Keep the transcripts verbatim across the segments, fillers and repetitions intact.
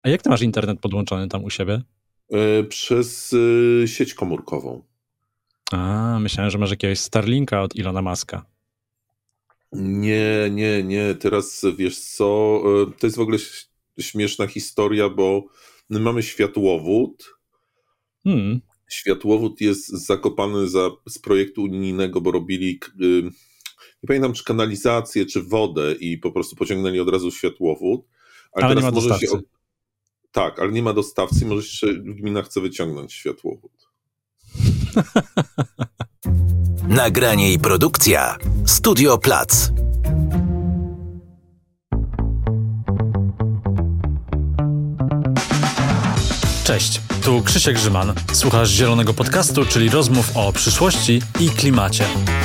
A jak ty masz internet podłączony tam u siebie? Yy, przez yy, sieć komórkową. A, myślałem, że masz jakiegoś Starlinka od Ilona Muska. Nie, nie, nie. Teraz wiesz co, yy, to jest w ogóle śmieszna historia, bo my mamy światłowód. Hmm. Światłowód jest zakopany za, z projektu unijnego, bo robili, yy, nie pamiętam czy kanalizację, czy wodę i po prostu pociągnęli od razu światłowód. Ale, Ale nie teraz ma może dostawcy. się... Tak, ale nie ma dostawcy, może jeszcze gmina chce wyciągnąć światłowód. Nagranie i produkcja Studio Plac. Cześć, tu Krzysiek Grzyman. Słuchasz Zielonego Podcastu, czyli rozmów o przyszłości i klimacie.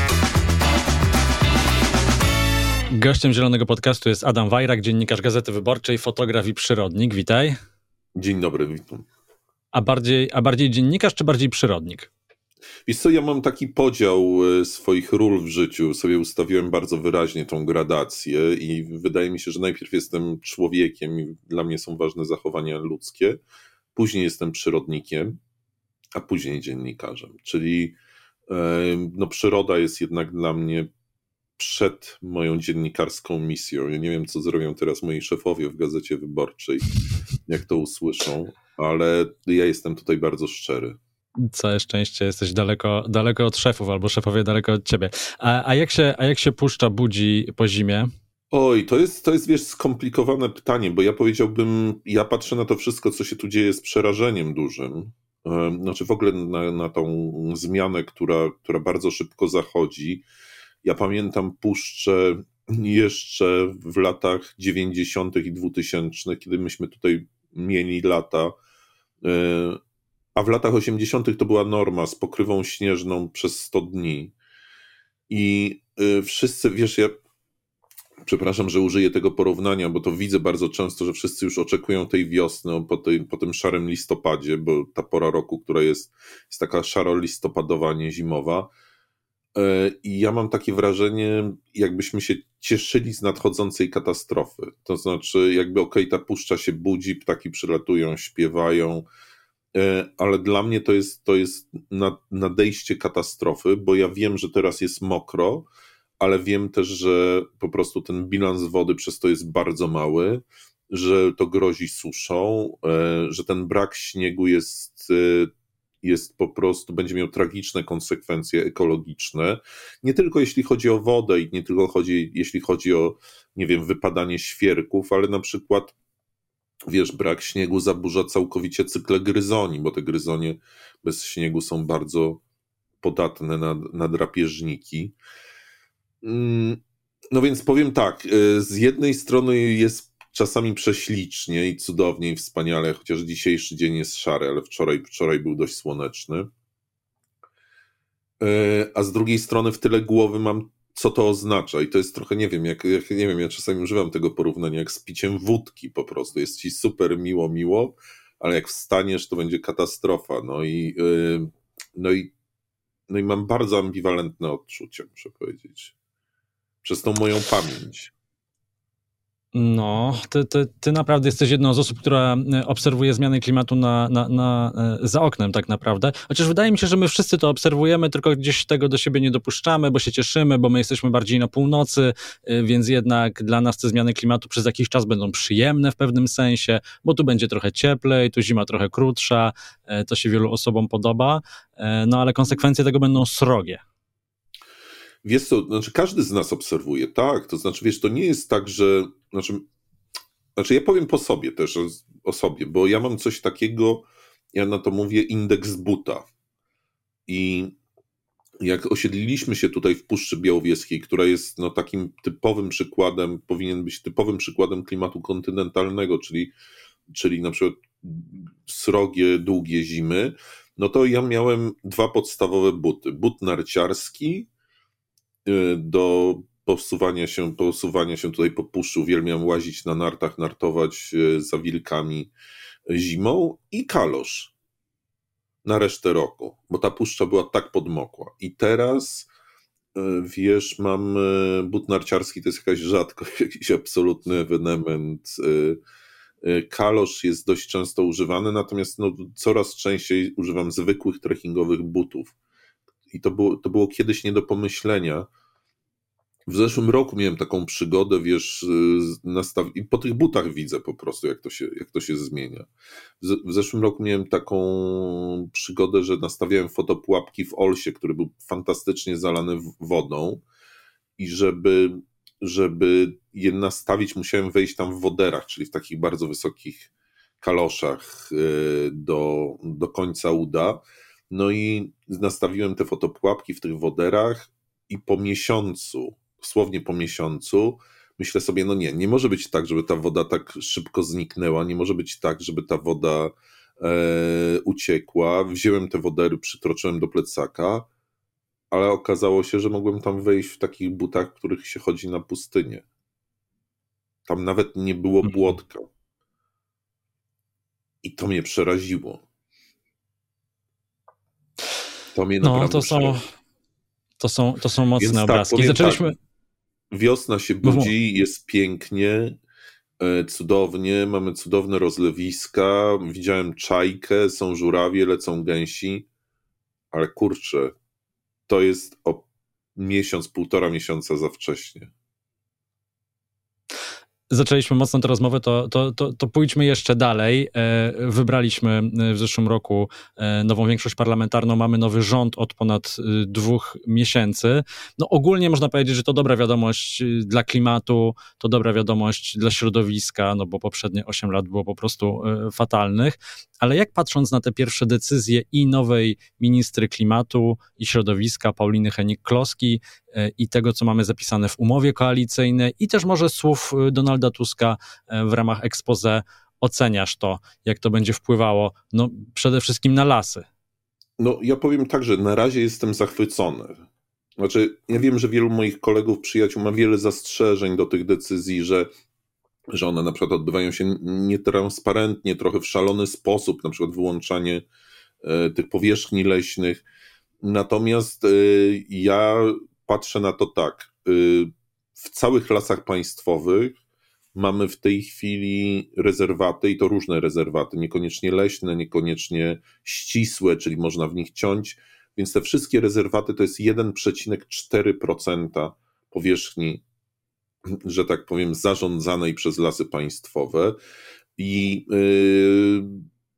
Gościem Zielonego Podcastu jest Adam Wajrak, dziennikarz Gazety Wyborczej, fotograf i przyrodnik. Witaj. Dzień dobry, witam. A bardziej, a bardziej dziennikarz czy bardziej przyrodnik? Wiesz co, ja mam taki podział swoich ról w życiu. Sobie ustawiłem bardzo wyraźnie tą gradację i wydaje mi się, że najpierw jestem człowiekiem i dla mnie są ważne zachowania ludzkie, później jestem przyrodnikiem, a później dziennikarzem. Czyli no, przyroda jest jednak dla mnie przed moją dziennikarską misją. Ja nie wiem, co zrobią teraz moi szefowie w Gazecie Wyborczej, jak to usłyszą, ale ja jestem tutaj bardzo szczery. Całe szczęście, jesteś daleko, daleko od szefów, albo szefowie daleko od ciebie. A, a, jak się, a jak się puszcza budzi po zimie? Oj, to jest, to jest, wiesz, skomplikowane pytanie, bo ja powiedziałbym, ja patrzę na to wszystko, co się tu dzieje z przerażeniem dużym. Znaczy w ogóle na, na tą zmianę, która, która bardzo szybko zachodzi. Ja pamiętam puszczę jeszcze w latach dziewięćdziesiątych i dwutysięcznych, kiedy myśmy tutaj mieli lata, a w latach osiemdziesiątych to była norma z pokrywą śnieżną przez sto dni. I wszyscy, wiesz, ja przepraszam, że użyję tego porównania, bo to widzę bardzo często, że wszyscy już oczekują tej wiosny po, tej, po tym szarym listopadzie, bo ta pora roku, która jest, jest taka szaro-listopadowa, nie zimowa. I ja mam takie wrażenie, jakbyśmy się cieszyli z nadchodzącej katastrofy. To znaczy, jakby okej, okay, ta puszcza się budzi, ptaki przylatują, śpiewają, ale dla mnie to jest, to jest nadejście katastrofy, bo ja wiem, że teraz jest mokro, ale wiem też, że po prostu ten bilans wody przez to jest bardzo mały, że to grozi suszą, że ten brak śniegu jest, jest po prostu, będzie miał tragiczne konsekwencje ekologiczne, nie tylko jeśli chodzi o wodę i nie tylko chodzi, jeśli chodzi o, nie wiem, wypadanie świerków, ale na przykład, wiesz, brak śniegu zaburza całkowicie cykle gryzoni, bo te gryzonie bez śniegu są bardzo podatne na, na drapieżniki. No więc powiem tak, z jednej strony jest czasami prześlicznie i cudownie i wspaniale, chociaż dzisiejszy dzień jest szary, ale wczoraj, wczoraj był dość słoneczny. A z drugiej strony w tyle głowy mam, co to oznacza i to jest trochę, nie wiem, jak, jak nie wiem, ja czasami używam tego porównania jak z piciem wódki po prostu. Jest ci super miło, miło, ale jak wstaniesz, to będzie katastrofa. No i, yy, no i, no i mam bardzo ambiwalentne odczucia, muszę powiedzieć. Przez tą moją pamięć. No, ty, ty, ty naprawdę jesteś jedną z osób, która obserwuje zmiany klimatu na, na, na, za oknem tak naprawdę. Chociaż wydaje mi się, że my wszyscy to obserwujemy, tylko gdzieś tego do siebie nie dopuszczamy, bo się cieszymy, bo my jesteśmy bardziej na północy, więc jednak dla nas te zmiany klimatu przez jakiś czas będą przyjemne w pewnym sensie, bo tu będzie trochę cieplej, tu zima trochę krótsza, to się wielu osobom podoba, no ale konsekwencje tego będą srogie. Wiesz co, znaczy każdy z nas obserwuje, tak, to znaczy wiesz, to nie jest tak, że, znaczy, znaczy ja powiem po sobie też, o, o sobie, bo ja mam coś takiego, ja na to mówię indeks buta i jak osiedliliśmy się tutaj w Puszczy Białowieskiej, która jest no takim typowym przykładem, powinien być typowym przykładem klimatu kontynentalnego, czyli, czyli na przykład srogie, długie zimy, no to ja miałem dwa podstawowe buty, but narciarski do posuwania się, posuwania się tutaj po puszczy. Uwielbiam łazić na nartach, nartować za wilkami zimą i kalosz na resztę roku, bo ta puszcza była tak podmokła. I teraz, wiesz, mam but narciarski, to jest jakaś rzadkość, jakiś absolutny ewenement Kalosz jest dość często używany, natomiast no, coraz częściej używam zwykłych trekkingowych butów. I to było, to było kiedyś nie do pomyślenia. W zeszłym roku miałem taką przygodę, wiesz, nastaw... i po tych butach widzę po prostu, jak to się, jak to się zmienia. W zeszłym roku miałem taką przygodę, że nastawiałem fotopułapki w Olsie, który był fantastycznie zalany wodą i żeby, żeby je nastawić, musiałem wejść tam w woderach, czyli w takich bardzo wysokich kaloszach do, do końca uda. No i nastawiłem te fotopułapki w tych woderach i po miesiącu, dosłownie po miesiącu, myślę sobie, no nie, nie może być tak, żeby ta woda tak szybko zniknęła, nie może być tak, żeby ta woda e, uciekła. Wziąłem te wodery, przytroczyłem do plecaka, ale okazało się, że mogłem tam wejść w takich butach, w których się chodzi na pustynię. Tam nawet nie było błotka. I to mnie przeraziło. To mnie no, naprawdę to są, przeraziło. to są, to są mocne Więc obrazki. tak, Zaczęliśmy... Tak, wiosna się budzi, jest pięknie, cudownie, mamy cudowne rozlewiska, widziałem czajkę, są żurawie, lecą gęsi, ale kurczę, to jest o miesiąc, półtora miesiąca za wcześnie. Zaczęliśmy mocno tę rozmowę, to, to, to, to pójdźmy jeszcze dalej. Wybraliśmy w zeszłym roku nową większość parlamentarną, mamy nowy rząd od ponad dwóch miesięcy. No ogólnie można powiedzieć, że to dobra wiadomość dla klimatu, to dobra wiadomość dla środowiska, no bo poprzednie osiem lat było po prostu fatalnych, ale jak patrząc na te pierwsze decyzje i nowej ministry klimatu i środowiska Pauliny Hennig-Kloski i tego, co mamy zapisane w umowie koalicyjnej i też może słów Donalda Tuska w ramach expose, oceniasz to, jak to będzie wpływało, no przede wszystkim na lasy? No ja powiem tak, że na razie jestem zachwycony. Znaczy, ja wiem, że wielu moich kolegów, przyjaciół ma wiele zastrzeżeń do tych decyzji, że, że one na przykład odbywają się nietransparentnie, trochę w szalony sposób, na przykład wyłączanie e, tych powierzchni leśnych. Natomiast e, ja patrzę na to tak. E, w całych lasach państwowych mamy w tej chwili rezerwaty i to różne rezerwaty, niekoniecznie leśne, niekoniecznie ścisłe, czyli można w nich ciąć, więc te wszystkie rezerwaty to jest jeden przecinek cztery procent powierzchni, że tak powiem, zarządzanej przez lasy państwowe i yy,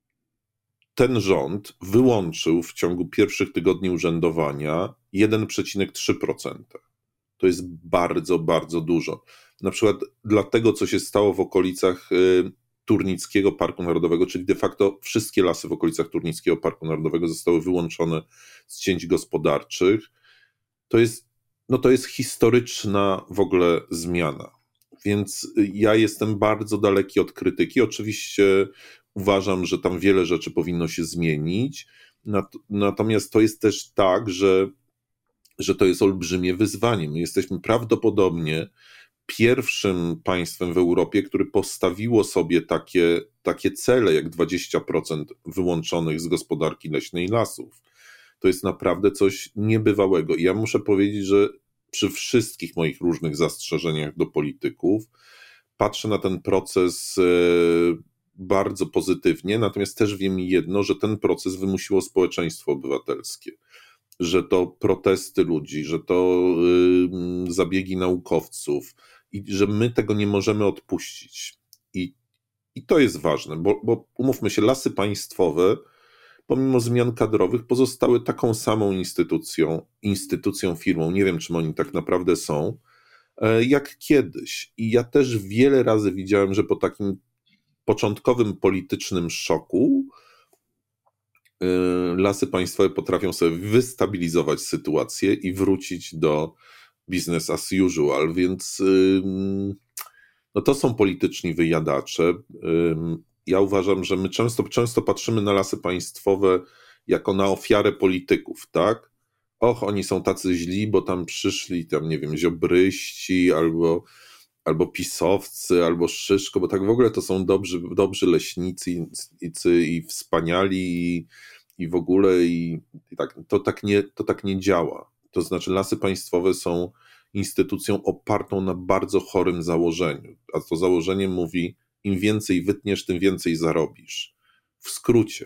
ten rząd wyłączył w ciągu pierwszych tygodni urzędowania jeden przecinek trzy procent. To jest bardzo, bardzo dużo. Na przykład dla tego, co się stało w okolicach Turnickiego Parku Narodowego, czyli de facto wszystkie lasy w okolicach Turnickiego Parku Narodowego zostały wyłączone z cięć gospodarczych, to jest, no to jest historyczna w ogóle zmiana. Więc ja jestem bardzo daleki od krytyki. Oczywiście uważam, że tam wiele rzeczy powinno się zmienić, natomiast to jest też tak, że, że to jest olbrzymie wyzwanie. My jesteśmy prawdopodobnie pierwszym państwem w Europie, które postawiło sobie takie, takie cele jak dwadzieścia procent wyłączonych z gospodarki leśnej lasów. To jest naprawdę coś niebywałego. I ja muszę powiedzieć, że przy wszystkich moich różnych zastrzeżeniach do polityków patrzę na ten proces bardzo pozytywnie, natomiast też wiem jedno, że ten proces wymusiło społeczeństwo obywatelskie, że to protesty ludzi, że to zabiegi naukowców i że my tego nie możemy odpuścić. I, i to jest ważne, bo, bo umówmy się, lasy państwowe pomimo zmian kadrowych pozostały taką samą instytucją, instytucją, firmą, nie wiem czym oni tak naprawdę są, jak kiedyś. I ja też wiele razy widziałem, że po takim początkowym politycznym szoku lasy państwowe potrafią sobie wystabilizować sytuację i wrócić do business as usual, więc no to są polityczni wyjadacze. Ja uważam, że my często, często patrzymy na lasy państwowe jako na ofiarę polityków, tak? Och, oni są tacy źli, bo tam przyszli, tam nie wiem, ziobryści albo, albo pisowcy, albo Szyszko, bo tak w ogóle to są dobrzy, dobrzy leśnicy i, i, i wspaniali i, i w ogóle i, i tak, to, tak nie, to tak nie działa. To znaczy lasy państwowe są instytucją opartą na bardzo chorym założeniu, a to założenie mówi im więcej wytniesz, tym więcej zarobisz. W skrócie.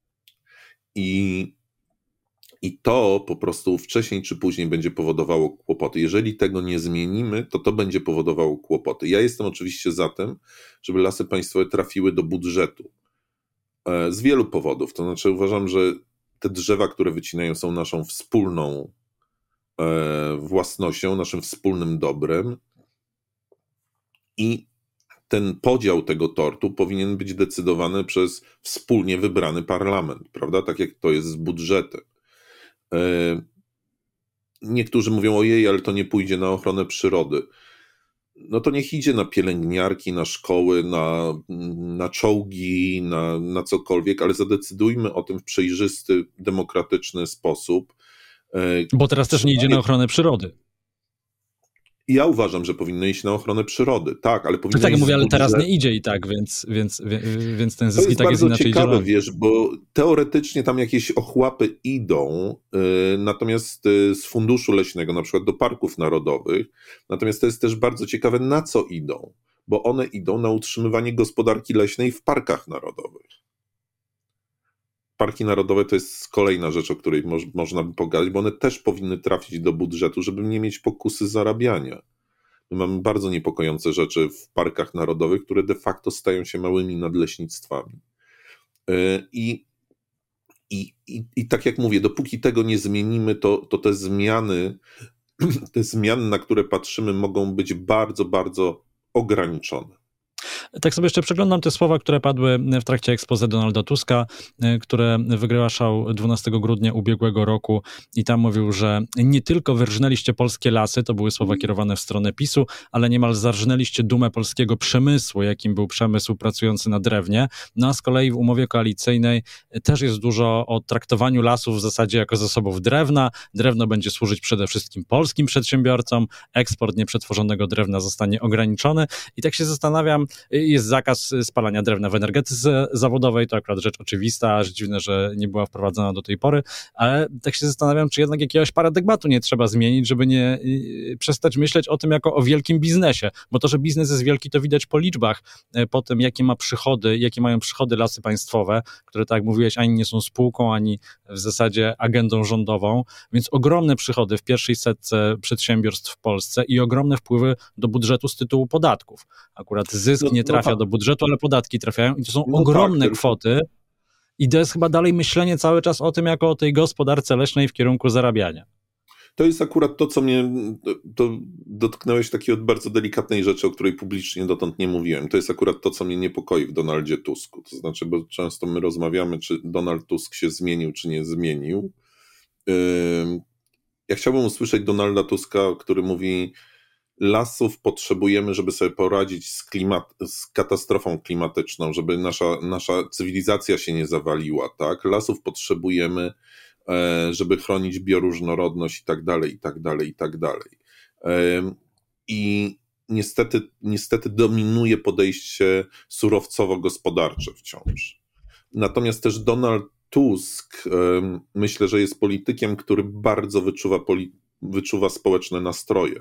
I, i to po prostu wcześniej czy później będzie powodowało kłopoty. Jeżeli tego nie zmienimy, to to będzie powodowało kłopoty. Ja jestem oczywiście za tym, żeby Lasy Państwowe trafiły do budżetu. Z wielu powodów. To znaczy uważam, że te drzewa, które wycinają, są naszą wspólną własnością, naszym wspólnym dobrem i ten podział tego tortu powinien być decydowany przez wspólnie wybrany parlament, prawda? Tak jak to jest z budżetem. Niektórzy mówią, ojej, ale to nie pójdzie na ochronę przyrody. No to niech idzie na pielęgniarki, na szkoły, na, na czołgi, na, na cokolwiek, ale zadecydujmy o tym w przejrzysty, demokratyczny sposób. Bo teraz też nie idzie na ochronę przyrody. Ja uważam, że powinno iść na ochronę przyrody, tak, ale powinno tak, iść mówię, ale budżet... teraz nie idzie i tak, więc, więc, więc ten zysk to i tak jest inaczej ciekawe, dzielony. wiesz, bo teoretycznie tam jakieś ochłapy idą, yy, natomiast yy, z funduszu leśnego, na przykład do parków narodowych, natomiast to jest też bardzo ciekawe, na co idą, bo one idą na utrzymywanie gospodarki leśnej w parkach narodowych. Parki narodowe to jest kolejna rzecz, o której mo- można by pogadać, bo one też powinny trafić do budżetu, żeby nie mieć pokusy zarabiania. My mamy bardzo niepokojące rzeczy w parkach narodowych, które de facto stają się małymi nadleśnictwami. I, i, i, i tak jak mówię, dopóki tego nie zmienimy, to, to te zmiany, te zmiany, na które patrzymy, mogą być bardzo, bardzo ograniczone. Tak sobie jeszcze przeglądam te słowa, które padły w trakcie exposé Donalda Tuska, które wygłaszał dwunastego grudnia ubiegłego roku i tam mówił, że nie tylko wyrżnęliście polskie lasy, to były słowa kierowane w stronę PiSu, ale niemal zarżnęliście dumę polskiego przemysłu, jakim był przemysł pracujący na drewnie. No a z kolei w umowie koalicyjnej też jest dużo o traktowaniu lasów w zasadzie jako zasobów drewna. Drewno będzie służyć przede wszystkim polskim przedsiębiorcom, eksport nieprzetworzonego drewna zostanie ograniczony i tak się zastanawiam, jest zakaz spalania drewna w energetyce zawodowej, to akurat rzecz oczywista, że dziwne, że nie była wprowadzona do tej pory, ale tak się zastanawiam, czy jednak jakiegoś paradygmatu nie trzeba zmienić, żeby nie przestać myśleć o tym jako o wielkim biznesie, bo to, że biznes jest wielki, to widać po liczbach, po tym, jakie ma przychody, jakie mają przychody Lasy Państwowe, które, tak jak mówiłeś, ani nie są spółką, ani w zasadzie agendą rządową, więc ogromne przychody w pierwszej setce przedsiębiorstw w Polsce i ogromne wpływy do budżetu z tytułu podatków. Akurat zysk No, nie no trafia tak. do budżetu, ale podatki trafiają i to są No ogromne tak, kwoty i to jest chyba dalej myślenie cały czas o tym, jako o tej gospodarce leśnej w kierunku zarabiania. To jest akurat to, co mnie, to dotknąłeś takiej bardzo delikatnej rzeczy, o której publicznie dotąd nie mówiłem. To jest akurat to, co mnie niepokoi w Donaldzie Tusku. To znaczy, bo często my rozmawiamy, czy Donald Tusk się zmienił, czy nie zmienił. Ja chciałbym usłyszeć Donalda Tuska, który mówi: lasów potrzebujemy, żeby sobie poradzić z, klimat, z katastrofą klimatyczną, żeby nasza, nasza cywilizacja się nie zawaliła, tak? Lasów potrzebujemy, żeby chronić bioróżnorodność i tak dalej, i tak dalej, i tak dalej. I niestety, niestety dominuje podejście surowcowo-gospodarcze wciąż. Natomiast też Donald Tusk, myślę, że jest politykiem, który bardzo wyczuwa, wyczuwa społeczne nastroje.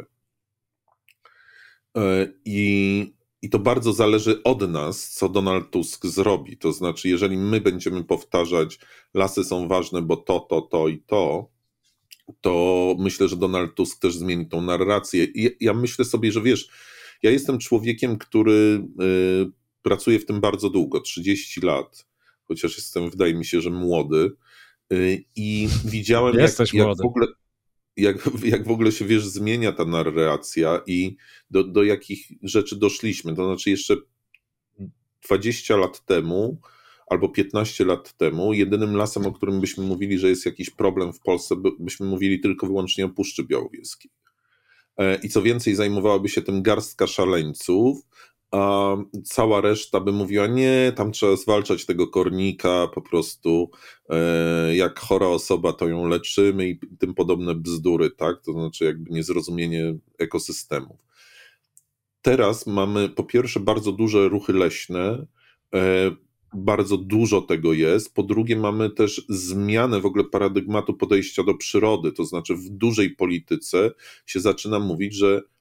I, I to bardzo zależy od nas, co Donald Tusk zrobi. To znaczy, jeżeli my będziemy powtarzać, lasy są ważne, bo to, to, to i to, to myślę, że Donald Tusk też zmieni tą narrację. I ja myślę sobie, że wiesz, ja jestem człowiekiem, który y, pracuje w tym bardzo długo, trzydzieści lat, chociaż jestem, wydaje mi się, że młody. Y, I widziałem, jak, jak w ogóle... Jak, jak w ogóle się, wiesz, zmienia ta narracja i do, do jakich rzeczy doszliśmy. To znaczy jeszcze dwadzieścia lat temu albo piętnaście lat temu jedynym lasem, o którym byśmy mówili, że jest jakiś problem w Polsce, by, byśmy mówili tylko wyłącznie o Puszczy Białowieskiej. I co więcej, zajmowałaby się tym garstka szaleńców, a cała reszta by mówiła, nie, tam trzeba zwalczać tego kornika, po prostu e, jak chora osoba, to ją leczymy i tym podobne bzdury, tak? To znaczy jakby niezrozumienie ekosystemów. Teraz mamy po pierwsze bardzo duże ruchy leśne, e, bardzo dużo tego jest, po drugie mamy też zmianę w ogóle paradygmatu podejścia do przyrody, to znaczy w dużej polityce się zaczyna mówić, że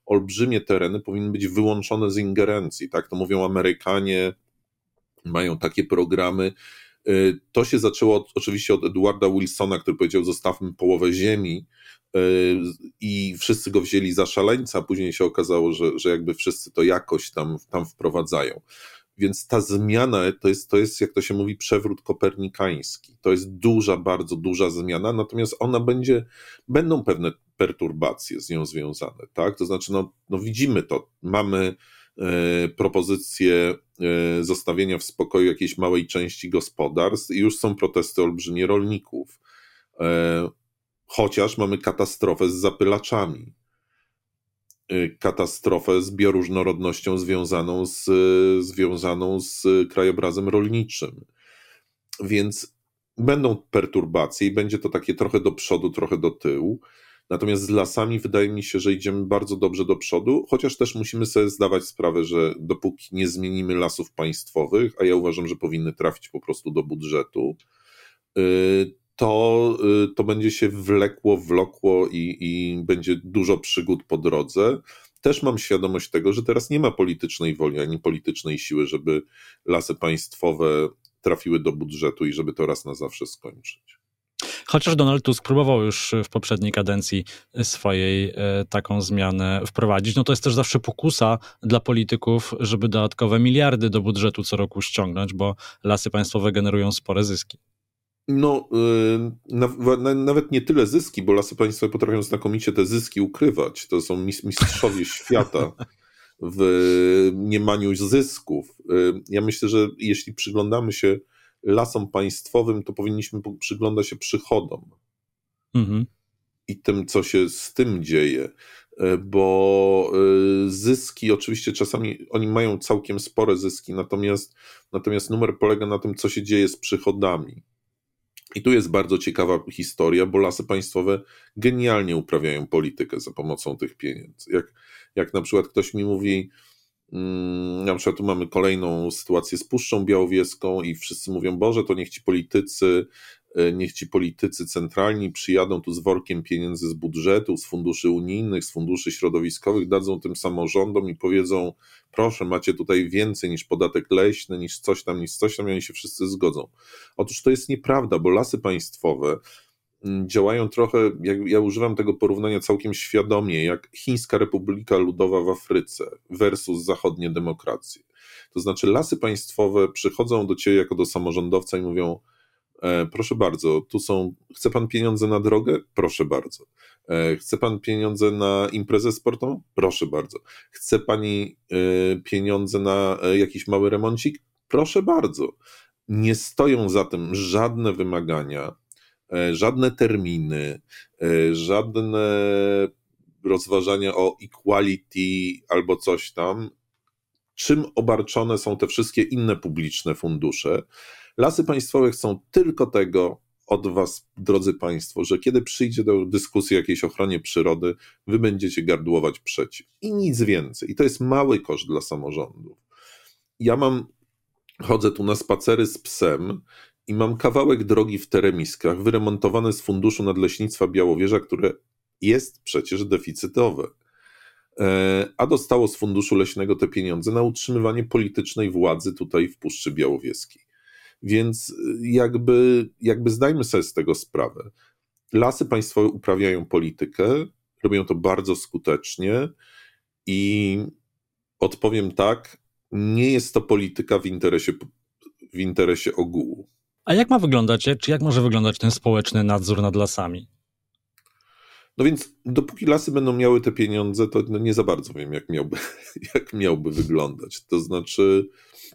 olbrzymie tereny powinny być wyłączone z ingerencji, tak? To mówią Amerykanie, mają takie programy. To się zaczęło od, oczywiście od Edwarda Wilsona, który powiedział: zostawmy połowę ziemi, i wszyscy go wzięli za szaleńca, a później się okazało, że, że jakby wszyscy to jakoś tam, tam wprowadzają. Więc ta zmiana to jest, to jest, jak to się mówi, przewrót kopernikański. To jest duża, bardzo duża zmiana, natomiast ona będzie, będą pewne perturbacje z nią związane, tak? To znaczy, no, no widzimy to, mamy e, propozycję e, zostawienia w spokoju jakiejś małej części gospodarstw i już są protesty olbrzymie rolników. E, chociaż mamy katastrofę z zapylaczami. Katastrofę z bioróżnorodnością związaną z, związaną z krajobrazem rolniczym. Więc będą perturbacje i będzie to takie trochę do przodu, trochę do tyłu. Natomiast z lasami wydaje mi się, że idziemy bardzo dobrze do przodu, chociaż też musimy sobie zdawać sprawę, że dopóki nie zmienimy lasów państwowych, a ja uważam, że powinny trafić po prostu do budżetu, to, to będzie się wlekło, wlokło i, i będzie dużo przygód po drodze. Też mam świadomość tego, że teraz nie ma politycznej woli ani politycznej siły, żeby lasy państwowe trafiły do budżetu i żeby to raz na zawsze skończyć. Chociaż Donald Tusk próbował już w poprzedniej kadencji swojej taką zmianę wprowadzić, no to jest też zawsze pokusa dla polityków, żeby dodatkowe miliardy do budżetu co roku ściągnąć, bo lasy państwowe generują spore zyski. No, yy, nawet nie tyle zyski, bo lasy państwowe potrafią znakomicie te zyski ukrywać. To są mistrzowie świata w mniemaniu zysków. Yy, ja myślę, że jeśli przyglądamy się lasom państwowym, to powinniśmy przyglądać się przychodom mhm. i tym, co się z tym dzieje, bo zyski, oczywiście czasami oni mają całkiem spore zyski, natomiast, natomiast numer polega na tym, co się dzieje z przychodami. I tu jest bardzo ciekawa historia, bo lasy państwowe genialnie uprawiają politykę za pomocą tych pieniędzy. Jak, jak na przykład ktoś mi mówi, mm, na przykład tu mamy kolejną sytuację z Puszczą Białowieską i wszyscy mówią: Boże, to niech ci politycy, niech ci politycy centralni przyjadą tu z workiem pieniędzy z budżetu, z funduszy unijnych, z funduszy środowiskowych, dadzą tym samorządom i powiedzą: proszę, macie tutaj więcej niż podatek leśny, niż coś tam, niż coś tam, i oni się wszyscy zgodzą. Otóż to jest nieprawda, bo lasy państwowe działają trochę, jak ja używam tego porównania całkiem świadomie, jak Chińska Republika Ludowa w Afryce versus zachodnie demokracje. To znaczy lasy państwowe przychodzą do ciebie jako do samorządowca i mówią: E, proszę bardzo, tu są, chce pan pieniądze na drogę? Proszę bardzo. E, chce pan pieniądze na imprezę sportową? Proszę bardzo. Chce pani e, pieniądze na e, jakiś mały remoncik? Proszę bardzo. Nie stoją za tym żadne wymagania, e, żadne terminy, e, żadne rozważania o equality albo coś tam. Czym obarczone są te wszystkie inne publiczne fundusze? Lasy państwowe chcą tylko tego od was, drodzy państwo, że kiedy przyjdzie do dyskusji o jakiejś ochronie przyrody, wy będziecie gardłować przeciw. I nic więcej. I to jest mały koszt dla samorządów. Ja mam, chodzę tu na spacery z psem i mam kawałek drogi w Teremiskach wyremontowany z Funduszu Nadleśnictwa Białowieża, które jest przecież deficytowe. A dostało z Funduszu Leśnego te pieniądze na utrzymywanie politycznej władzy tutaj w Puszczy Białowieskiej. Więc jakby, jakby zdajmy sobie z tego sprawę. Lasy państwowe uprawiają politykę, robią to bardzo skutecznie i odpowiem tak, nie jest to polityka w interesie, w interesie ogółu. A jak ma wyglądać, czy jak może wyglądać ten społeczny nadzór nad lasami? No więc dopóki lasy będą miały te pieniądze, to no nie za bardzo wiem, jak miałby, jak miałby wyglądać. To znaczy,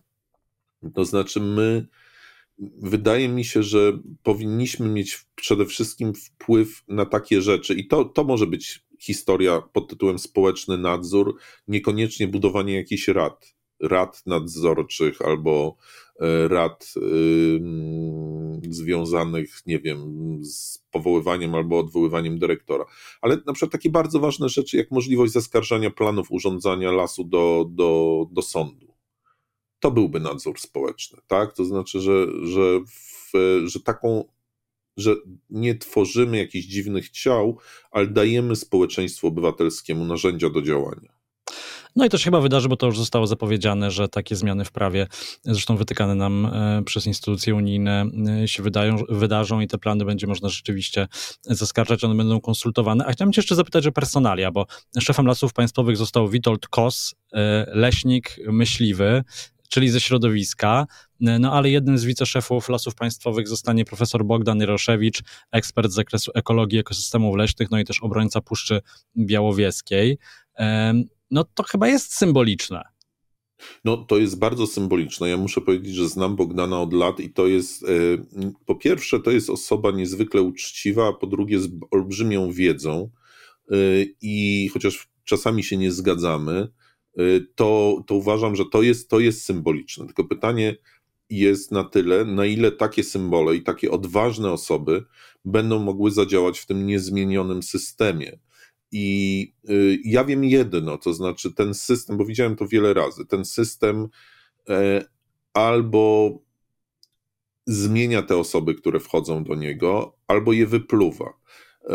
to znaczy my, wydaje mi się, że powinniśmy mieć przede wszystkim wpływ na takie rzeczy i to, to może być historia pod tytułem społeczny nadzór, niekoniecznie budowanie jakichś rad, rad nadzorczych albo rad yy, związanych, nie wiem, z powoływaniem albo odwoływaniem dyrektora. Ale na przykład takie bardzo ważne rzeczy, jak możliwość zaskarżania planów urządzania lasu do, do, do sądu. To byłby nadzór społeczny, tak? To znaczy, że, że, w, że taką, że nie tworzymy jakichś dziwnych ciał, ale dajemy społeczeństwu obywatelskiemu narzędzia do działania. No i to się chyba wydarzy, bo to już zostało zapowiedziane, że takie zmiany w prawie, zresztą wytykane nam e, przez instytucje unijne, e, się wydają, wydarzą i te plany będzie można rzeczywiście zaskarżać, one będą konsultowane. A chciałem cię jeszcze zapytać o personalia, bo szefem Lasów Państwowych został Witold Kos, e, leśnik, myśliwy, czyli ze środowiska, no ale jednym z wiceszefów Lasów Państwowych zostanie profesor Bogdan Jaroszewicz, ekspert z zakresu ekologii, ekosystemów leśnych, no i też obrońca Puszczy Białowieskiej. No to chyba jest symboliczne. No to jest bardzo symboliczne. Ja muszę powiedzieć, że znam Bogdana od lat i to jest, po pierwsze, to jest osoba niezwykle uczciwa, a po drugie z olbrzymią wiedzą i chociaż czasami się nie zgadzamy, to, to uważam, że to jest, to jest symboliczne. Tylko pytanie jest na tyle, na ile takie symbole i takie odważne osoby będą mogły zadziałać w tym niezmienionym systemie. I y, ja wiem jedno, to znaczy ten system, bo widziałem to wiele razy, ten system e, albo zmienia te osoby, które wchodzą do niego, albo je wypluwa. E,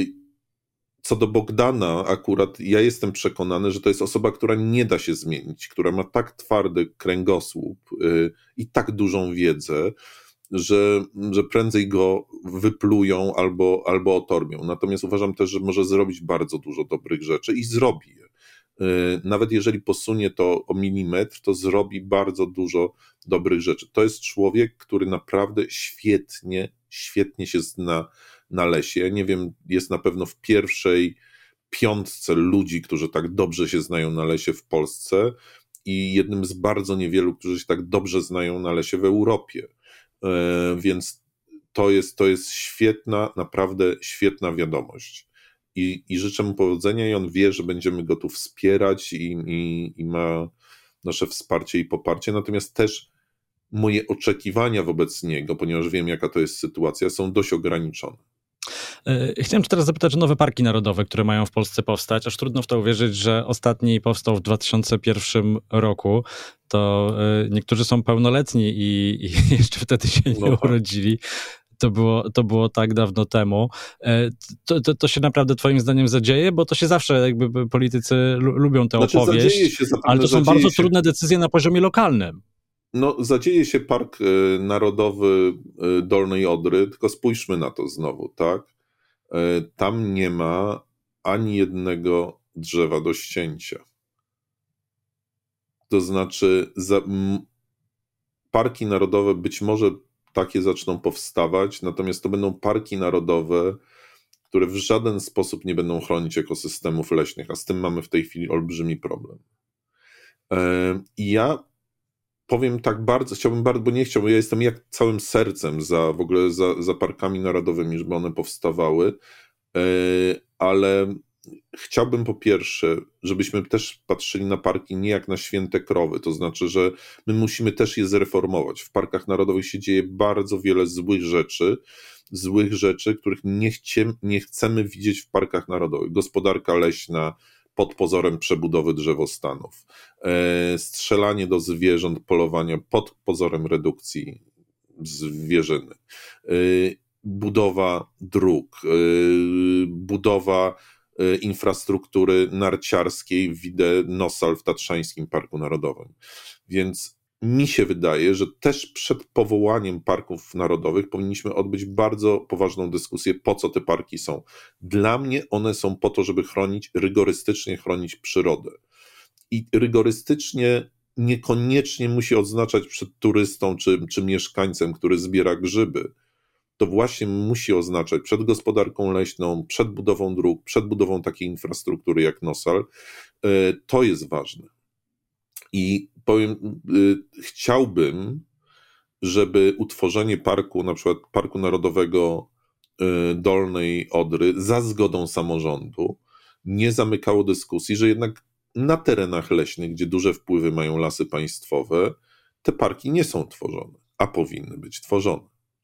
co do Bogdana akurat, ja jestem przekonany, że to jest osoba, która nie da się zmienić, która ma tak twardy kręgosłup y, i tak dużą wiedzę, że, że prędzej go wyplują albo, albo otorbią. Natomiast uważam też, że może zrobić bardzo dużo dobrych rzeczy i zrobi je. Nawet jeżeli posunie to o milimetr, to zrobi bardzo dużo dobrych rzeczy. To jest człowiek, który naprawdę świetnie, świetnie się zna na lesie. Ja nie wiem, jest na pewno w pierwszej piątce ludzi, którzy tak dobrze się znają na lesie w Polsce i jednym z bardzo niewielu, którzy się tak dobrze znają na lesie w Europie. Więc to jest, to jest świetna, naprawdę świetna wiadomość. I, i życzę mu powodzenia i on wie, że będziemy go tu wspierać i, i, i ma nasze wsparcie i poparcie. Natomiast też moje oczekiwania wobec niego, ponieważ wiem, jaka to jest sytuacja, są dość ograniczone. Chciałem cię teraz zapytać o nowe parki narodowe, które mają w Polsce powstać. Aż trudno w to uwierzyć, że ostatni powstał w dwa tysiące pierwszym roku. To niektórzy są pełnoletni i, i jeszcze wtedy się nie no. urodzili. To było, to było tak dawno temu. To, to, to się naprawdę twoim zdaniem zadzieje? Bo to się zawsze jakby politycy lu- lubią tę znaczy, opowieść, się, ale to są bardzo się. trudne decyzje na poziomie lokalnym. No, zadzieje się Park Narodowy Dolnej Odry, tylko spójrzmy na to znowu, tak? Tam nie ma ani jednego drzewa do ścięcia. To znaczy, za, m, parki narodowe być może takie zaczną powstawać, natomiast to będą parki narodowe, które w żaden sposób nie będą chronić ekosystemów leśnych, a z tym mamy w tej chwili olbrzymi problem. I ja powiem tak bardzo, chciałbym bardzo, bo nie chciałbym, ja jestem jak całym sercem za w ogóle za, za parkami narodowymi, żeby one powstawały, ale chciałbym po pierwsze, żebyśmy też patrzyli na parki nie jak na święte krowy, to znaczy, że my musimy też je zreformować. W parkach narodowych się dzieje bardzo wiele złych rzeczy, złych rzeczy, których nie, chcie, nie chcemy widzieć w parkach narodowych. Gospodarka leśna pod pozorem przebudowy drzewostanów, strzelanie do zwierząt, polowania pod pozorem redukcji zwierzyny, budowa dróg, budowa infrastruktury narciarskiej, widzę Nosal w Tatrzańskim Parku Narodowym. Więc mi się wydaje, że też przed powołaniem parków narodowych powinniśmy odbyć bardzo poważną dyskusję, po co te parki są. Dla mnie one są po to, żeby chronić, rygorystycznie chronić przyrodę. I rygorystycznie niekoniecznie musi oznaczać przed turystą czy, czy mieszkańcem, który zbiera grzyby. To właśnie musi oznaczać przed gospodarką leśną, przed budową dróg, przed budową takiej infrastruktury jak Nosal. To jest ważne. I powiem, chciałbym, żeby utworzenie parku, na przykład Parku Narodowego Dolnej Odry za zgodą samorządu nie zamykało dyskusji, że jednak na terenach leśnych, gdzie duże wpływy mają Lasy Państwowe, te parki nie są tworzone, a powinny być tworzone.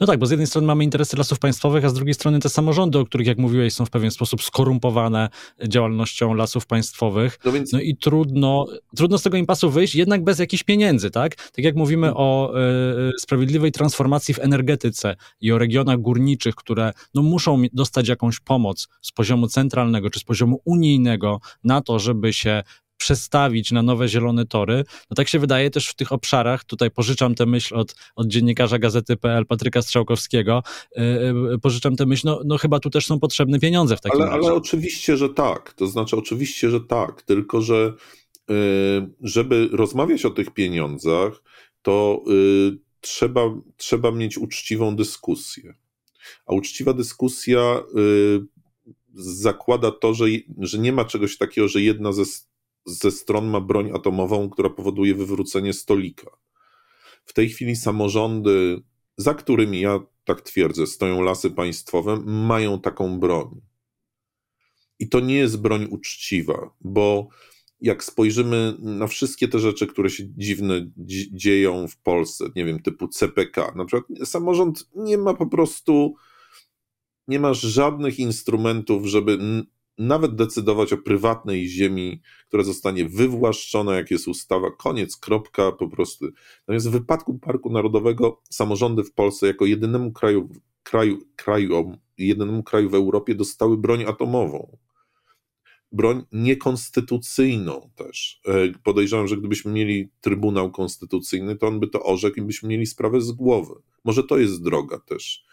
No tak, bo z jednej strony mamy interesy Lasów Państwowych, a z drugiej strony te samorządy, o których, jak mówiłeś, są w pewien sposób skorumpowane działalnością Lasów Państwowych. No, więc... no i trudno, trudno z tego impasu wyjść, jednak bez jakichś pieniędzy, tak? Tak jak mówimy hmm. o y, sprawiedliwej transformacji w energetyce i o regionach górniczych, które no, muszą dostać jakąś pomoc z poziomu centralnego czy z poziomu unijnego na to, żeby się przestawić na nowe zielone tory, no tak się wydaje też w tych obszarach, tutaj pożyczam tę myśl od, od dziennikarza Gazety kropka pe el Patryka Strzałkowskiego, yy, pożyczam tę myśl, no, no chyba tu też są potrzebne pieniądze w takim ale, razie. Ale oczywiście, że tak, to znaczy oczywiście, że tak, tylko że yy, żeby rozmawiać o tych pieniądzach, to yy, trzeba, trzeba mieć uczciwą dyskusję, a uczciwa dyskusja yy, zakłada to, że, że nie ma czegoś takiego, że jedna ze ze stron ma broń atomową, która powoduje wywrócenie stolika. W tej chwili samorządy, za którymi ja tak twierdzę, stoją Lasy Państwowe, mają taką broń. I to nie jest broń uczciwa, bo jak spojrzymy na wszystkie te rzeczy, które się dziwne dzieją w Polsce, nie wiem, typu C P K, na przykład samorząd nie ma po prostu, nie ma żadnych instrumentów, żeby nawet decydować o prywatnej ziemi, która zostanie wywłaszczona, jak jest ustawa, koniec, kropka, po prostu. Natomiast w wypadku Parku Narodowego samorządy w Polsce jako jedynemu kraju, kraju, kraju, jedynemu kraju w Europie dostały broń atomową. Broń niekonstytucyjną też. Podejrzewam, że gdybyśmy mieli Trybunał Konstytucyjny, to on by to orzekł i byśmy mieli sprawę z głowy. Może to jest droga też.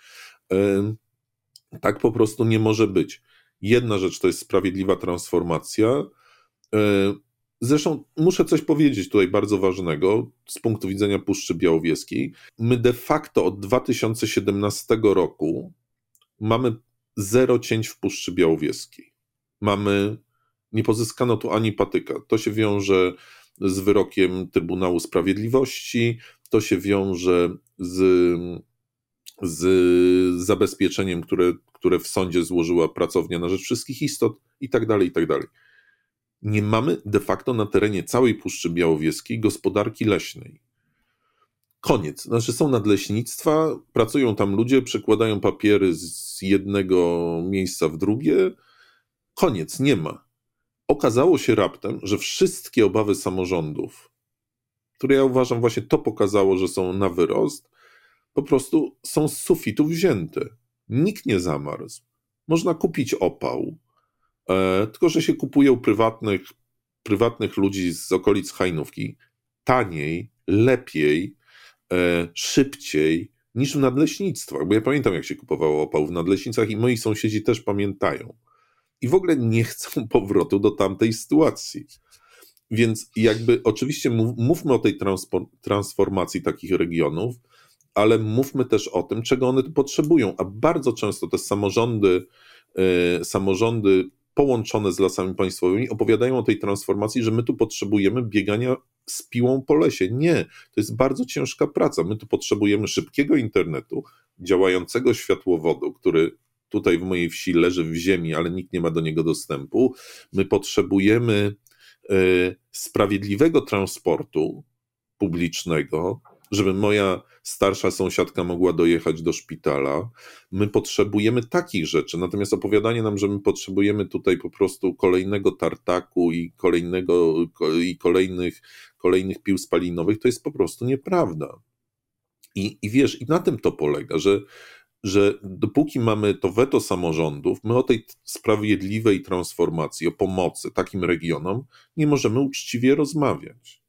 Tak po prostu nie może być. Jedna rzecz to jest sprawiedliwa transformacja. Zresztą muszę coś powiedzieć tutaj bardzo ważnego z punktu widzenia Puszczy Białowieskiej. My de facto od dwa tysiące siedemnastego roku mamy zero cięć w Puszczy Białowieskiej. Mamy, nie pozyskano tu ani patyka. To się wiąże z wyrokiem Trybunału Sprawiedliwości, to się wiąże z, z zabezpieczeniem, które które w sądzie złożyła Pracownia na Rzecz Wszystkich Istot i tak dalej, i tak dalej. Nie mamy de facto na terenie całej Puszczy Białowieskiej gospodarki leśnej. Koniec. Znaczy są nadleśnictwa, pracują tam ludzie, przekładają papiery z jednego miejsca w drugie. Koniec, nie ma. Okazało się raptem, że wszystkie obawy samorządów, które ja uważam właśnie to pokazało, że są na wyrost, po prostu są z sufitu wzięte. Nikt nie zamarzł. Można kupić opał, e, tylko że się kupuje u prywatnych, prywatnych ludzi z okolic Hajnówki taniej, lepiej, e, szybciej niż w nadleśnictwach. Bo ja pamiętam, jak się kupowało opał w nadleśnictwach i moi sąsiedzi też pamiętają. I w ogóle nie chcą powrotu do tamtej sytuacji. Więc jakby oczywiście mówmy o tej transformacji takich regionów, ale mówmy też o tym, czego one potrzebują, a bardzo często te samorządy, yy, samorządy połączone z Lasami Państwowymi opowiadają o tej transformacji, że my tu potrzebujemy biegania z piłą po lesie. Nie, to jest bardzo ciężka praca. My tu potrzebujemy szybkiego internetu, działającego światłowodu, który tutaj w mojej wsi leży w ziemi, ale nikt nie ma do niego dostępu. My potrzebujemy yy, sprawiedliwego transportu publicznego, żeby moja starsza sąsiadka mogła dojechać do szpitala. My potrzebujemy takich rzeczy, natomiast opowiadanie nam, że my potrzebujemy tutaj po prostu kolejnego tartaku i kolejnego i kolejnych, kolejnych pił spalinowych, to jest po prostu nieprawda. I, i wiesz, i na tym to polega, że, że dopóki mamy to weto samorządów, my o tej sprawiedliwej transformacji, o pomocy takim regionom nie możemy uczciwie rozmawiać.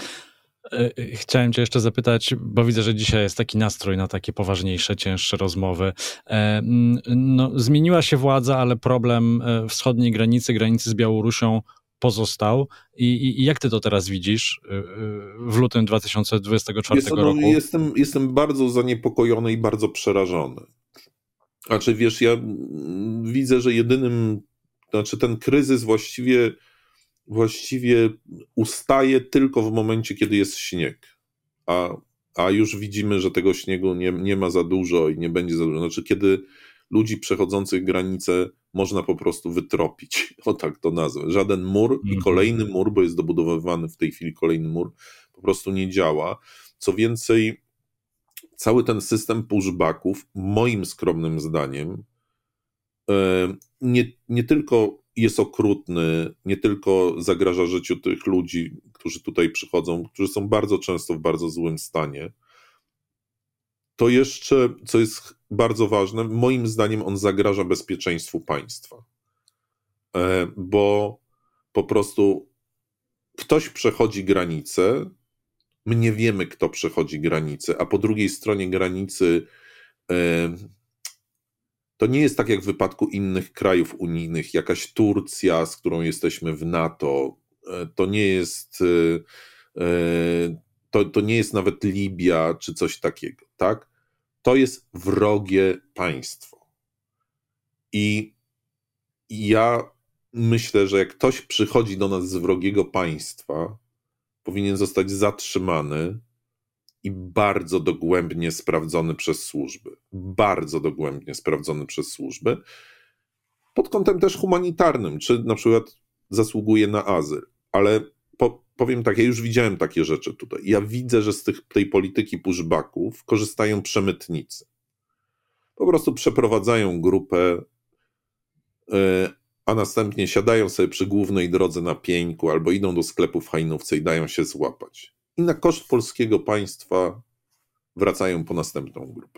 Chciałem cię jeszcze zapytać, bo widzę, że dzisiaj jest taki nastrój na takie poważniejsze, cięższe rozmowy. No, zmieniła się władza, ale problem wschodniej granicy, granicy z Białorusią pozostał. I, i, i jak ty to teraz widzisz w lutym dwa tysiące dwudziestego czwartego Jest, no, roku? Jestem, jestem bardzo zaniepokojony i bardzo przerażony. Znaczy, wiesz, ja widzę, że jedynym, znaczy ten kryzys właściwie właściwie ustaje tylko w momencie, kiedy jest śnieg, a, a już widzimy, że tego śniegu nie, nie ma za dużo i nie będzie za dużo. Znaczy, kiedy ludzi przechodzących granicę można po prostu wytropić, o tak to nazwę. Żaden mur i kolejny mur, bo jest dobudowywany w tej chwili kolejny mur, po prostu nie działa. Co więcej, cały ten system pushbacków, moim skromnym zdaniem, nie, nie tylko jest okrutny, nie tylko zagraża życiu tych ludzi, którzy tutaj przychodzą, którzy są bardzo często w bardzo złym stanie, to jeszcze, co jest bardzo ważne, moim zdaniem on zagraża bezpieczeństwu państwa. Bo po prostu ktoś przechodzi granicę, my nie wiemy, kto przechodzi granicę, a po drugiej stronie granicy to nie jest tak jak w wypadku innych krajów unijnych, jakaś Turcja, z którą jesteśmy w NATO, to nie jest to, to nie jest nawet Libia czy coś takiego, tak? To jest wrogie państwo. I ja myślę, że jak ktoś przychodzi do nas z wrogiego państwa, powinien zostać zatrzymany i bardzo dogłębnie sprawdzony przez służby. Bardzo dogłębnie sprawdzony przez służby. Pod kątem też humanitarnym, czy na przykład zasługuje na azyl. Ale po, powiem tak, ja już widziałem takie rzeczy tutaj. Ja widzę, że z tych, tej polityki pushbacków korzystają przemytnicy. Po prostu przeprowadzają grupę, yy, a następnie siadają sobie przy głównej drodze na Pieńku albo idą do sklepu w Hajnówce i dają się złapać. I na koszt polskiego państwa wracają po następną grupę.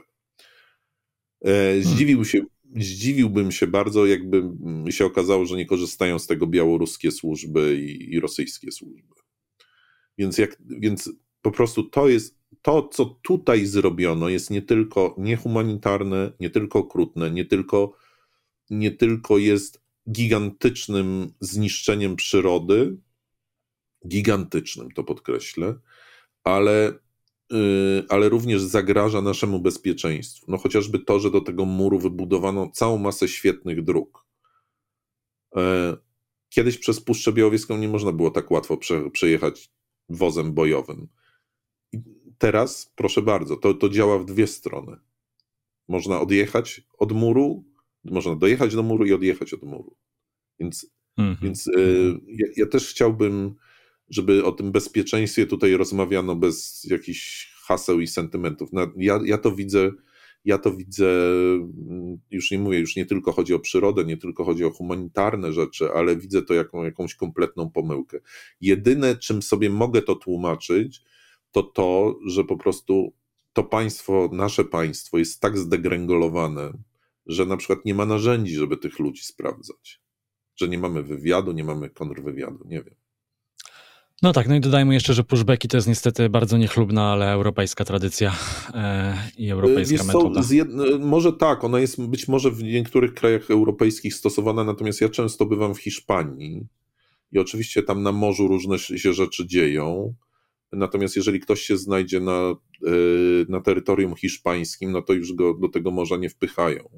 Zdziwił się, zdziwiłbym się bardzo, jakby się okazało, że nie korzystają z tego białoruskie służby i, i rosyjskie służby. Więc, jak, więc po prostu to jest, to co tutaj zrobiono jest nie tylko niehumanitarne, nie tylko okrutne, nie tylko, nie tylko jest gigantycznym zniszczeniem przyrody, gigantycznym, to podkreślę, ale, yy, ale również zagraża naszemu bezpieczeństwu. No chociażby to, że do tego muru wybudowano całą masę świetnych dróg. Yy, kiedyś przez Puszczę Białowieską nie można było tak łatwo prze, przejechać wozem bojowym. I teraz, proszę bardzo, to, to działa w dwie strony. Można odjechać od muru, można dojechać do muru i odjechać od muru. Więc, mm-hmm. więc yy, ja, ja też chciałbym, żeby o tym bezpieczeństwie tutaj rozmawiano bez jakichś haseł i sentymentów. Ja, ja to widzę, ja to widzę, już nie mówię, już nie tylko chodzi o przyrodę, nie tylko chodzi o humanitarne rzeczy, ale widzę to jako jakąś kompletną pomyłkę. Jedyne, czym sobie mogę to tłumaczyć, to to, że po prostu to państwo, nasze państwo jest tak zdegręgolowane, że na przykład nie ma narzędzi, żeby tych ludzi sprawdzać. Że nie mamy wywiadu, nie mamy kontrwywiadu, nie wiem. No tak, no i dodajmy jeszcze, że pushbacki to jest niestety bardzo niechlubna, ale europejska tradycja e, i europejska Wiesz, metoda. Są, jed... Może tak, ona jest być może w niektórych krajach europejskich stosowana, natomiast ja często bywam w Hiszpanii i oczywiście tam na morzu różne się rzeczy dzieją, natomiast jeżeli ktoś się znajdzie na, na terytorium hiszpańskim, no to już go do tego morza nie wpychają.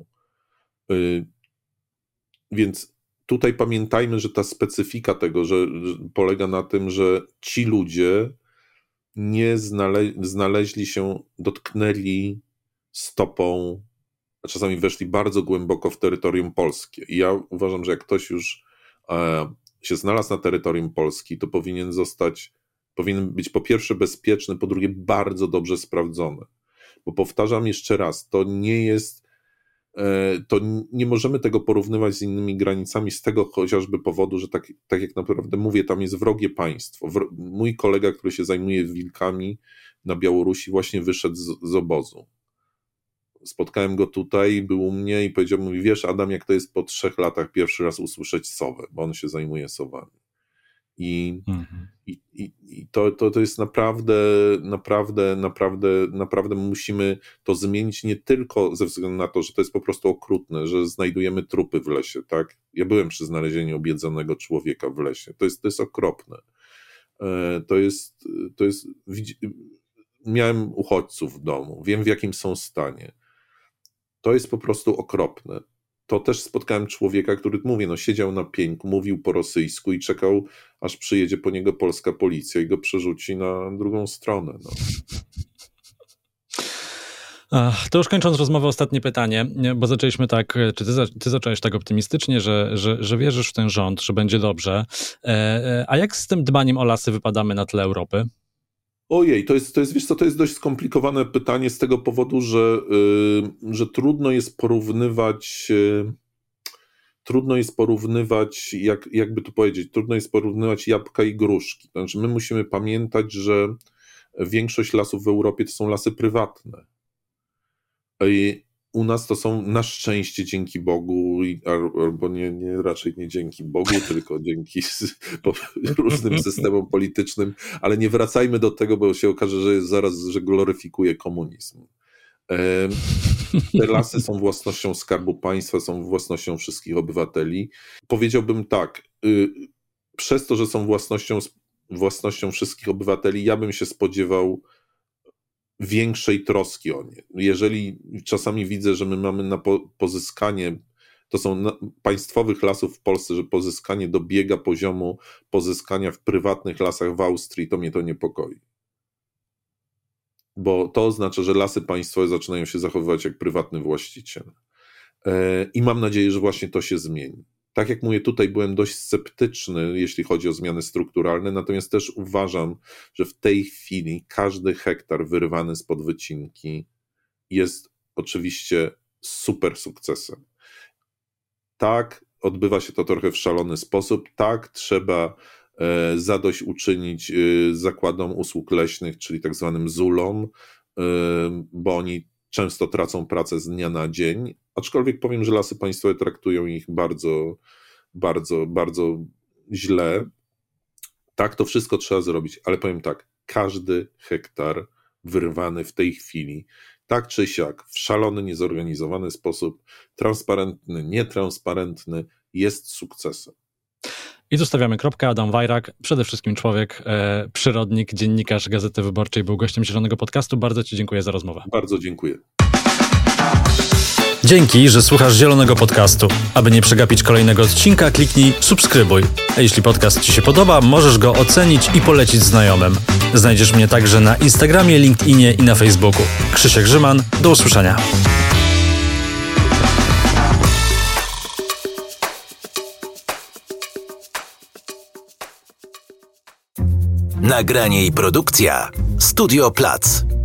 Więc tutaj pamiętajmy, że ta specyfika tego, że, że polega na tym, że ci ludzie nie znale, znaleźli się, dotknęli stopą, a czasami weszli bardzo głęboko w terytorium polskie. I ja uważam, że jak ktoś już e, się znalazł na terytorium Polski, to powinien zostać, powinien być po pierwsze bezpieczny, po drugie bardzo dobrze sprawdzony. Bo powtarzam jeszcze raz, to nie jest to nie możemy tego porównywać z innymi granicami z tego chociażby powodu, że tak, tak jak naprawdę mówię, tam jest wrogie państwo. Mój kolega, który się zajmuje wilkami na Białorusi, właśnie wyszedł z, z obozu. Spotkałem go tutaj, był u mnie i powiedział mi, wiesz Adam, jak to jest po trzech latach pierwszy raz usłyszeć sowę, bo on się zajmuje sowami. I, mhm. i, i, i to, to, to jest naprawdę, naprawdę, naprawdę, naprawdę musimy to zmienić nie tylko ze względu na to, że to jest po prostu okrutne, że znajdujemy trupy w lesie, tak? Ja byłem przy znalezieniu obiedzonego człowieka w lesie. To jest, to jest okropne. To jest, to jest, miałem uchodźców w domu, wiem w jakim są stanie. To jest po prostu okropne. To też spotkałem człowieka, który, mówię, no siedział na pieńku, mówił po rosyjsku i czekał, aż przyjedzie po niego polska policja i go przerzuci na drugą stronę. No. To już kończąc rozmowę, ostatnie pytanie, bo zaczęliśmy tak, czy ty, ty zacząłeś tak optymistycznie, że, że, że wierzysz w ten rząd, że będzie dobrze. A jak z tym dbaniem o lasy wypadamy na tle Europy? Ojej, to jest, to jest, wiesz co, to jest dość skomplikowane pytanie z tego powodu, że, yy, że trudno jest porównywać, yy, trudno jest porównywać, jak, jakby to powiedzieć, trudno jest porównywać jabłka i gruszki. To znaczy my musimy pamiętać, że większość lasów w Europie to są lasy prywatne. I u nas to są na szczęście dzięki Bogu, albo nie, nie raczej nie dzięki Bogu, tylko dzięki różnym systemom politycznym, ale nie wracajmy do tego, bo się okaże, że jest zaraz, że gloryfikuje komunizm. Te lasy są własnością Skarbu Państwa, są własnością wszystkich obywateli. Powiedziałbym tak, przez to, że są własnością, własnością wszystkich obywateli, ja bym się spodziewał większej troski o nie. Jeżeli czasami widzę, że my mamy na po, pozyskanie, to są na, państwowych lasów w Polsce, że pozyskanie dobiega poziomu pozyskania w prywatnych lasach w Austrii, to mnie to niepokoi. Bo to oznacza, że lasy państwowe zaczynają się zachowywać jak prywatny właściciel. E, I mam nadzieję, że właśnie to się zmieni. Tak jak mówię, tutaj byłem dość sceptyczny, jeśli chodzi o zmiany strukturalne, natomiast też uważam, że w tej chwili każdy hektar wyrwany spod wycinki jest oczywiście super sukcesem. Tak, odbywa się to trochę w szalony sposób, tak, trzeba e, zadośćuczynić e, zakładom usług leśnych, czyli tak zwanym zulom, e, bo oni często tracą pracę z dnia na dzień, aczkolwiek powiem, że lasy państwowe traktują ich bardzo, bardzo, bardzo źle. Tak, to wszystko trzeba zrobić, ale powiem tak, każdy hektar wyrwany w tej chwili, tak czy siak, w szalony, niezorganizowany sposób, transparentny, nietransparentny, jest sukcesem. I tu stawiamy kropkę. Adam Wajrak, przede wszystkim człowiek, e, przyrodnik, dziennikarz Gazety Wyborczej, był gościem Zielonego Podcastu. Bardzo Ci dziękuję za rozmowę. Bardzo dziękuję. Dzięki, że słuchasz Zielonego Podcastu. Aby nie przegapić kolejnego odcinka, kliknij subskrybuj. A jeśli podcast Ci się podoba, możesz go ocenić i polecić znajomym. Znajdziesz mnie także na Instagramie, LinkedInie i na Facebooku. Krzysiek Grzyman, do usłyszenia. Nagranie i produkcja Studio Plac.